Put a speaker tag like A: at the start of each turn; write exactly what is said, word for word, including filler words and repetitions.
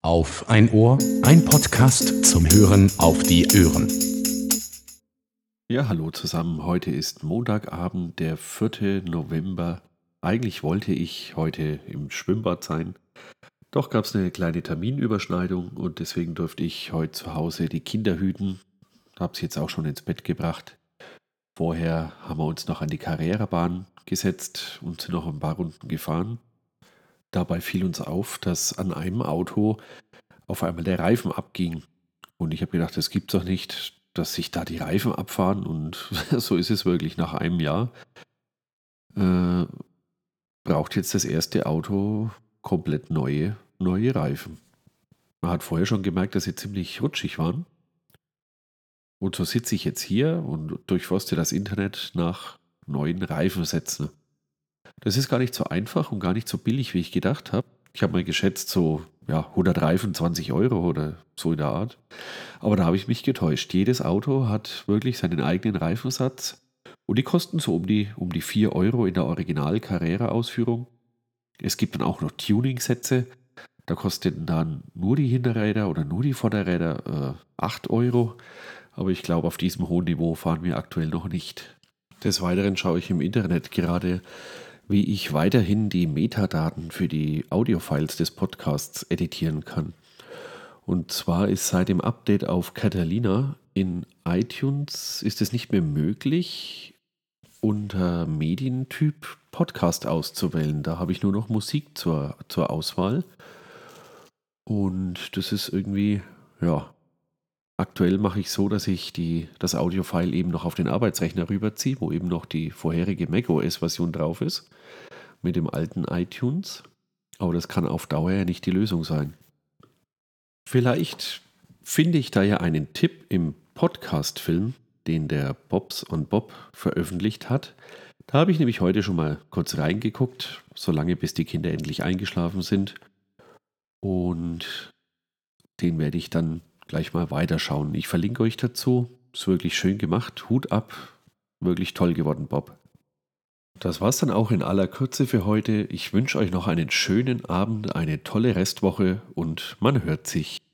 A: Auf ein Ohr, ein Podcast zum Hören auf die Ohren.
B: Ja, hallo zusammen. Heute ist Montagabend, der vierte November. Eigentlich wollte ich heute im Schwimmbad sein, doch gab es eine kleine Terminüberschneidung und deswegen durfte ich heute zu Hause die Kinder hüten. Habe sie jetzt auch schon ins Bett gebracht. Vorher haben wir uns noch an die Carrera-Bahn gesetzt und sind noch ein paar Runden gefahren. Dabei fiel uns auf, dass an einem Auto auf einmal der Reifen abging. Und ich habe gedacht, das gibt's doch nicht, dass sich da die Reifen abfahren. Und so ist es wirklich. Nach einem Jahr äh, braucht jetzt das erste Auto komplett neue, neue Reifen. Man hat vorher schon gemerkt, dass sie ziemlich rutschig waren. Und so sitze ich jetzt hier und durchforste das Internet nach neuen Reifensätzen. Das ist gar nicht so einfach und gar nicht so billig, wie ich gedacht habe. Ich habe mal geschätzt, so ja, hundert Reifen, zwanzig Euro oder so in der Art. Aber da habe ich mich getäuscht. Jedes Auto hat wirklich seinen eigenen Reifensatz und die kosten so um die, um die vier Euro in der Original-Carrera-Ausführung. Es gibt dann auch noch Tuning-Sätze. Da kosten dann nur die Hinterräder oder nur die Vorderräder äh, acht Euro. Aber ich glaube, auf diesem hohen Niveau fahren wir aktuell noch nicht. Des Weiteren schaue ich im Internet gerade, wie ich weiterhin die Metadaten für die Audiofiles des Podcasts editieren kann. Und zwar ist seit dem Update auf Catalina in iTunes ist es nicht mehr möglich, unter Medientyp Podcast auszuwählen. Da habe ich nur noch Musik zur, zur Auswahl. Und das ist irgendwie, ja, aktuell mache ich so, dass ich die, das Audiofile eben noch auf den Arbeitsrechner rüberziehe, wo eben noch die vorherige macOS-Version drauf ist, mit dem alten iTunes. Aber das kann auf Dauer ja nicht die Lösung sein. Vielleicht finde ich da ja einen Tipp im Podcast-Film, den der Bobs on Bob veröffentlicht hat. Da habe ich nämlich heute schon mal kurz reingeguckt, solange bis die Kinder endlich eingeschlafen sind. Und den werde ich dann gleich mal weiterschauen. Ich verlinke euch dazu. Ist wirklich schön gemacht. Hut ab. Wirklich toll geworden, Bob. Das war's dann auch in aller Kürze für heute. Ich wünsche euch noch einen schönen Abend, eine tolle Restwoche und man hört sich.